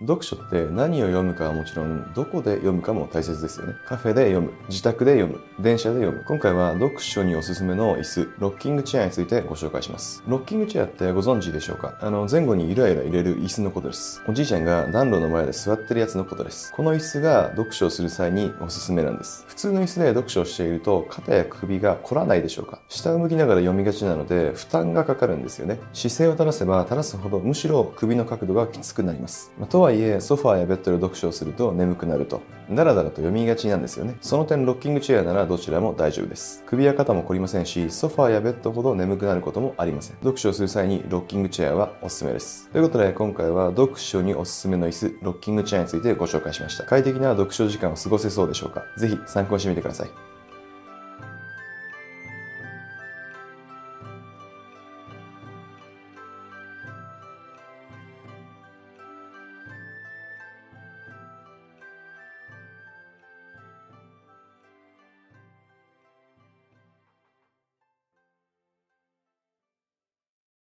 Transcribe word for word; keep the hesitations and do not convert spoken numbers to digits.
読書って何を読むかはもちろん、どこで読むかも大切ですよね。カフェで読む、自宅で読む、電車で読む。今回は読書におすすめの椅子、ロッキングチェアについてご紹介します。ロッキングチェアってご存知でしょうか？あの、前後にゆらゆら入れる椅子のことです。おじいちゃんが暖炉の前で座ってるやつのことです。この椅子が読書をする際におすすめなんです。普通の椅子で読書をしていると、肩や首が凝らないでしょうか？下を向きながら読みがちなので、負担がかかるんですよね。姿勢を正せば正すほど、むしろ首の角度がきつくなります。まあ、とはいえ、ソファーやベッドで読書をすると眠くなると、だらだらと読みがちなんですよね。その点、ロッキングチェアならどちらも大丈夫です。首や肩も凝りませんし、ソファーやベッドほど眠くなることもありません。読書をする際にロッキングチェアはおすすめです。ということで、今回は読書におすすめの椅子、ロッキングチェアについてご紹介しました。快適な読書時間を過ごせそうでしょうか？ぜひ参考にしてみてください。